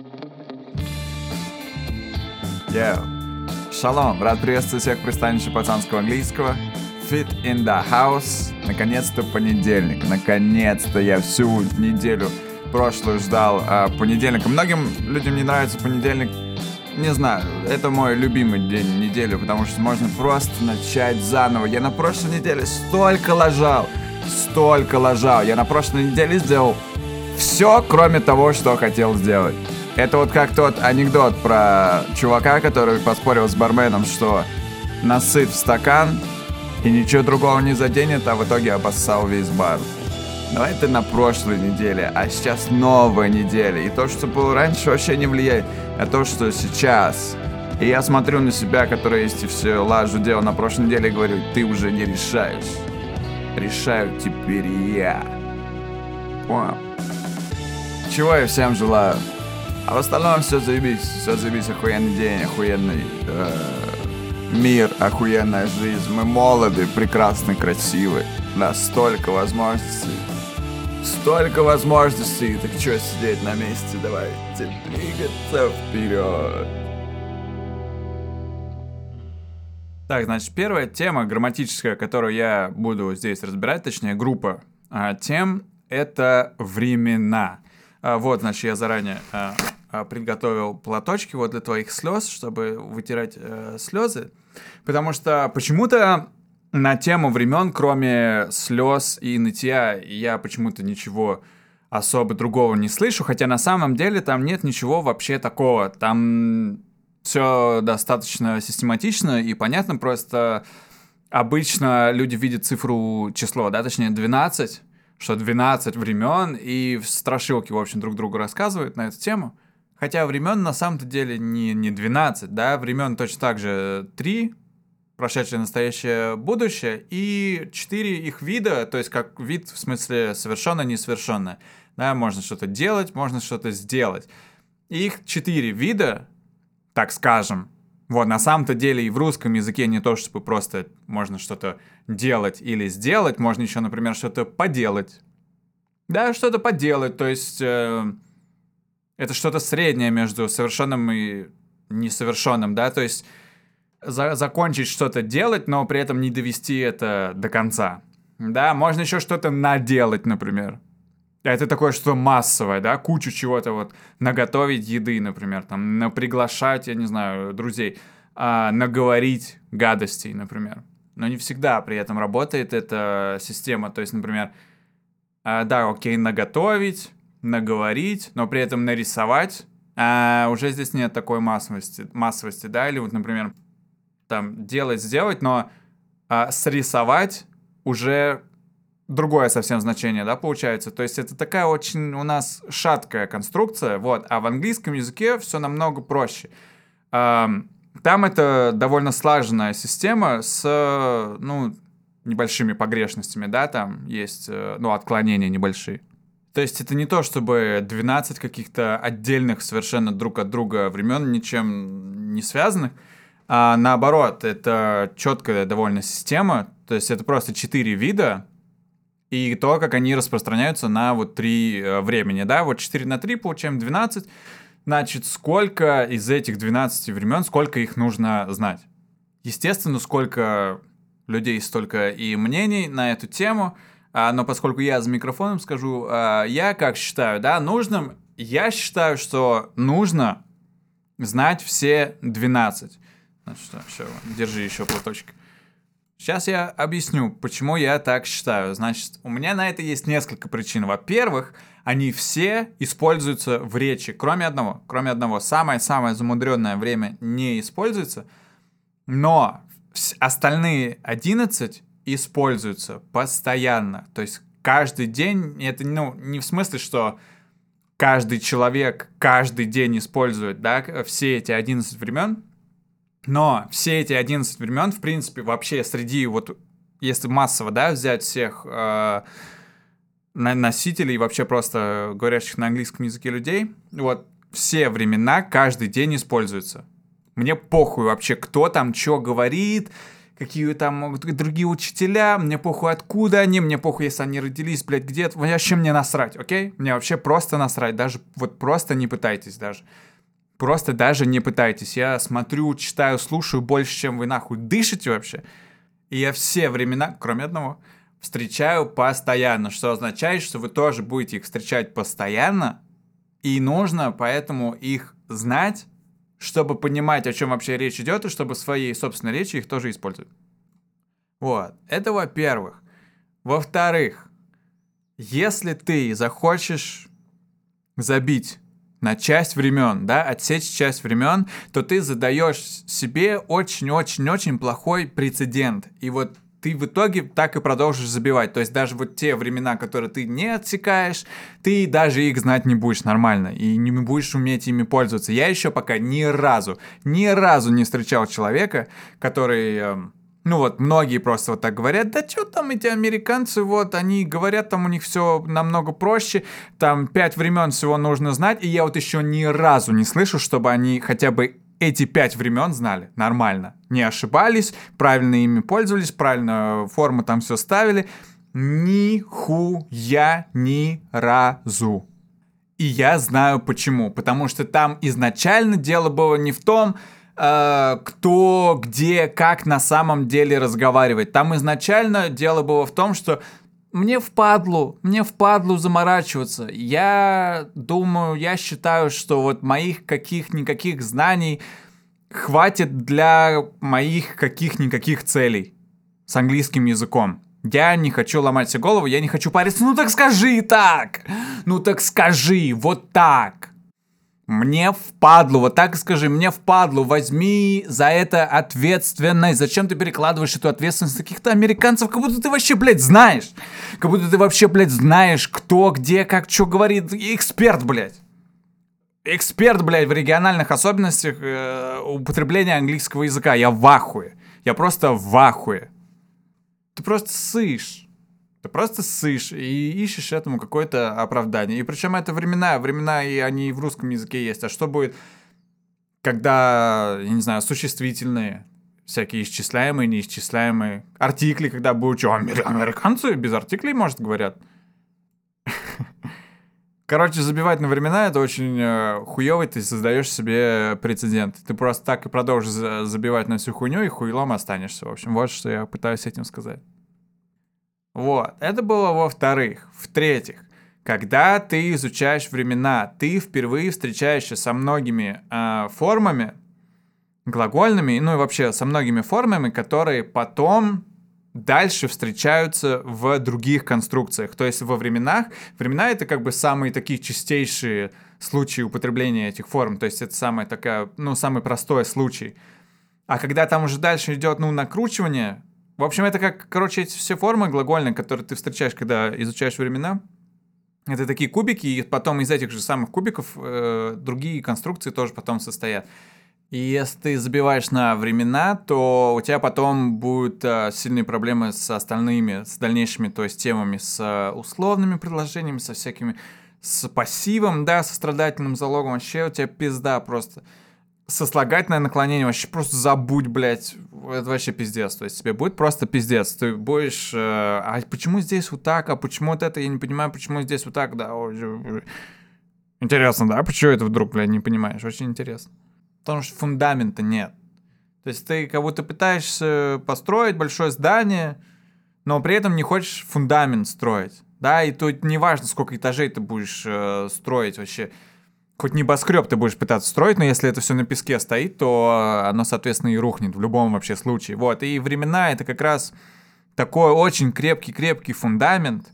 Шалом, рад приветствовать всех в пристанище пацанского английского. Fit in the house. Наконец-то понедельник. Наконец-то я всю неделю прошлую ждал понедельника. Многим людям не нравится понедельник. Не знаю, это мой любимый день недели, потому что можно просто начать заново. Я на прошлой неделе столько лажал. Я на прошлой неделе сделал все, кроме того, что хотел сделать. Это вот как тот анекдот про чувака, который поспорил с барменом, что насыт в стакан и ничего другого не заденет, а в итоге обоссал весь бар. Но это на прошлой неделе, а сейчас новая неделя. И то, что было раньше, вообще не влияет. А то, что сейчас. И я смотрю на себя, который есть и все лажу делал на прошлой неделе, и говорю, ты уже не решаешь. Решаю теперь я. Понял? Чего я всем желаю. А в остальном все заебись, охуенный день, охуенный мир, охуенная жизнь. Мы молоды, прекрасны, красивы. Да, столько возможностей. Так что сидеть на месте, давайте двигаться вперед. Так, значит, первая тема грамматическая, которую я буду здесь разбирать, точнее, группа тем, это времена. Вот, значит, я заранее приготовил платочки вот для твоих слез, чтобы вытирать слезы. Потому что почему-то на тему времен, кроме слез и нытья, я почему-то ничего особо другого не слышу. Хотя на самом деле там нет ничего вообще такого. Там все достаточно систематично и понятно. Просто обычно люди видят число, да, точнее 12, что 12 времен, и в страшилке, в общем, друг другу рассказывают на эту тему. Хотя времен на самом-то деле не 12, да, времен точно так же 3, прошедшее, настоящее, будущее, и 4 их вида, то есть как вид в смысле совершенно несовершенное. Да, можно что-то делать, можно что-то сделать. И их 4 вида, так скажем. Вот, на самом-то деле и в русском языке не то, чтобы просто можно что-то делать или сделать, можно еще, например, что-то поделать. Да, что-то поделать, то есть это что-то среднее между совершенным и несовершенным, да, то есть закончить что-то делать, но при этом не довести это до конца. Да, можно еще что-то наделать, например. Это такое что-то массовое, да, кучу чего-то вот наготовить еды, например, там, наприглашать, я не знаю, друзей, наговорить гадостей, например. Но не всегда при этом работает эта система, то есть, например, да, окей, наготовить, наговорить, но при этом нарисовать, уже здесь нет такой массовости, да, или вот, например, там, сделать, но срисовать уже другое совсем значение, да, получается. То есть это такая очень у нас шаткая конструкция, вот, а в английском языке все намного проще. Там это довольно слаженная система с, небольшими погрешностями, да, там есть, отклонения небольшие. То есть это не то, чтобы 12 каких-то отдельных совершенно друг от друга времен, ничем не связанных, а наоборот, это четкая довольно система, то есть это просто 4 вида, и то, как они распространяются на вот 3 времени, да, вот 4 на 3 получаем 12, значит, сколько из этих 12 времен, сколько их нужно знать. Естественно, сколько людей, столько и мнений на эту тему, но поскольку я за микрофоном скажу, я как считаю, да, я считаю, что нужно знать все 12. Значит, все, держи еще платочек. Сейчас я объясню, почему я так считаю. Значит, у меня на это есть несколько причин. Во-первых, они все используются в речи, кроме одного. Самое-самое замудренное время не используется, но остальные 11 используются постоянно. То есть каждый день, это не в смысле, что каждый человек каждый день использует, да, все эти 11 времен, но все эти 11 времен, в принципе, вообще среди, вот, если массово, да, взять всех носителей, вообще просто говорящих на английском языке людей, вот, все времена каждый день используются. Мне похуй вообще, кто там что говорит, какие там могут быть другие учителя, мне похуй откуда они, мне похуй, если они родились, блядь, где-то, вообще мне насрать, окей? Мне вообще просто насрать, даже вот просто не пытайтесь даже. Просто даже не пытайтесь. Я смотрю, читаю, слушаю больше, чем вы нахуй дышите вообще. И я все времена, кроме одного, встречаю постоянно, что означает, что вы тоже будете их встречать постоянно, и нужно поэтому их знать, чтобы понимать, о чем вообще речь идет, и чтобы в своей собственной речи их тоже использовать. Вот, это во-первых. Во-вторых, если ты захочешь забить на часть времен, да, отсечь часть времен, то ты задаешь себе очень-очень-очень плохой прецедент. И вот ты в итоге так и продолжишь забивать. То есть даже вот те времена, которые ты не отсекаешь, ты даже их знать не будешь нормально. И не будешь уметь ими пользоваться. Я еще пока ни разу не встречал человека, который... Ну вот, многие просто вот так говорят, да что там эти американцы, вот, они говорят, там у них все намного проще, там 5 времен всего нужно знать, и я вот еще ни разу не слышу, чтобы они хотя бы эти 5 времен знали нормально, не ошибались, правильно ими пользовались, правильно форму там все ставили, нихуя ни разу. И я знаю почему, потому что там изначально дело было не в том, кто, где, как на самом деле разговаривать. Там изначально дело было в том, что мне впадлу заморачиваться. Я думаю, я считаю, что вот моих каких-никаких знаний хватит для моих каких-никаких целей с английским языком. Я не хочу ломать себе голову, я не хочу париться. Ну так скажи так! Ну так скажи, вот так! Мне впадлу, вот так скажи, мне впадлу, возьми за это ответственность. Зачем ты перекладываешь эту ответственность на каких-то американцев, как будто ты вообще, блядь, знаешь. Как будто ты вообще, блядь, знаешь, кто, где, как, что говорит. Эксперт, блядь. Эксперт, блядь, в региональных особенностях употребления английского языка. Я в ахуе. Я просто в ахуе. Ты просто сышь. Ты просто ссышь и ищешь этому какое-то оправдание. И причем это времена, и они и в русском языке есть. А что будет, когда, я не знаю, существительные, всякие исчисляемые, неисчисляемые, артикли, когда будут, что, американцы без артиклей, может, говорят? Короче, забивать на времена — это очень хуёвый, ты создаешь себе прецедент. Ты просто так и продолжишь забивать на всю хуйню, и хуйлом останешься. В общем, вот что я пытаюсь этим сказать. Вот, это было во-вторых. В-третьих, когда ты изучаешь времена, ты впервые встречаешься со многими формами глагольными, ну и вообще со многими формами, которые потом дальше встречаются в других конструкциях. То есть во времена это как бы самые такие чистейшие случаи употребления этих форм. То есть это самый простой случай. А когда там уже дальше идет, накручивание. В общем, это как, короче, эти все формы глагольные, которые ты встречаешь, когда изучаешь времена. Это такие кубики, и потом из этих же самых кубиков другие конструкции тоже потом состоят. И если ты забиваешь на времена, то у тебя потом будут сильные проблемы с остальными, с дальнейшими, то есть темами, с условными предложениями, со всякими, с пассивом, да, сострадательным залогом. Вообще у тебя пизда просто. Сослагательное наклонение вообще просто забудь, блядь. Это вообще пиздец. То есть тебе будет просто пиздец. Ты будешь... а почему здесь вот так? А почему вот это? Я не понимаю, почему здесь вот так, да. Интересно, да? Почему это вдруг, блядь, не понимаешь? Очень интересно. Потому что фундамента нет. То есть ты как будто пытаешься построить большое здание, но при этом не хочешь фундамент строить. Да, и тут не важно, сколько этажей ты будешь строить вообще. Хоть небоскреб ты будешь пытаться строить, но если это все на песке стоит, то оно, соответственно, и рухнет в любом вообще случае. Вот, и времена — это как раз такой очень крепкий фундамент.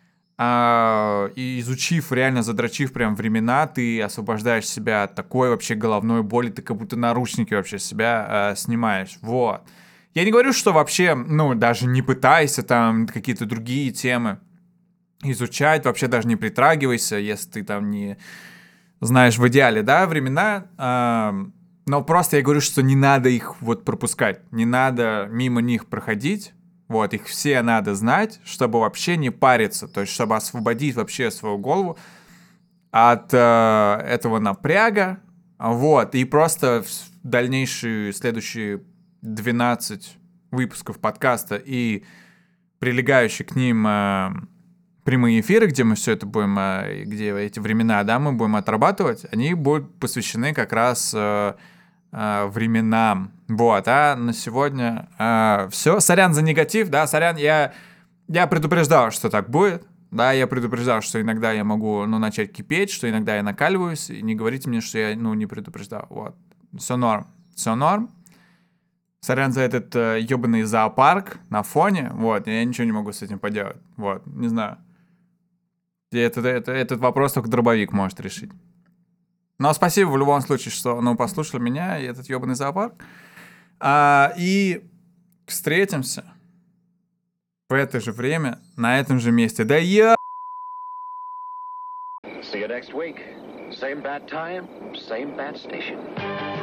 И изучив, реально задрочив прям времена, ты освобождаешь себя от такой вообще головной боли, ты как будто наручники вообще себя снимаешь. Вот. Я не говорю, что вообще, даже не пытайся там какие-то другие темы изучать, вообще даже не притрагивайся, если ты там не... знаешь, в идеале, да, времена, но просто я говорю, что не надо их вот пропускать, не надо мимо них проходить, вот, их все надо знать, чтобы вообще не париться, то есть чтобы освободить вообще свою голову от этого напряга, вот, и просто в дальнейшие следующие 12 выпусков подкаста и прилегающие к ним прямые эфиры, где мы все это будем, где эти времена, да, мы будем отрабатывать, они будут посвящены как раз временам. Вот, а на сегодня все. Сорян за негатив, да, сорян, я предупреждал, что так будет. Да, я предупреждал, что иногда я могу, начать кипеть, что иногда я накаливаюсь, и не говорите мне, что я, не предупреждал. Вот, все норм. Сорян за этот ебаный зоопарк на фоне, вот, я ничего не могу с этим поделать. Вот, не знаю. Этот вопрос только дробовик может решить. Но спасибо в любом случае, что, послушали меня и этот ебаный зоопарк. И встретимся в это же время, на этом же месте. Да я... See you next week. Same bad time, same bad station.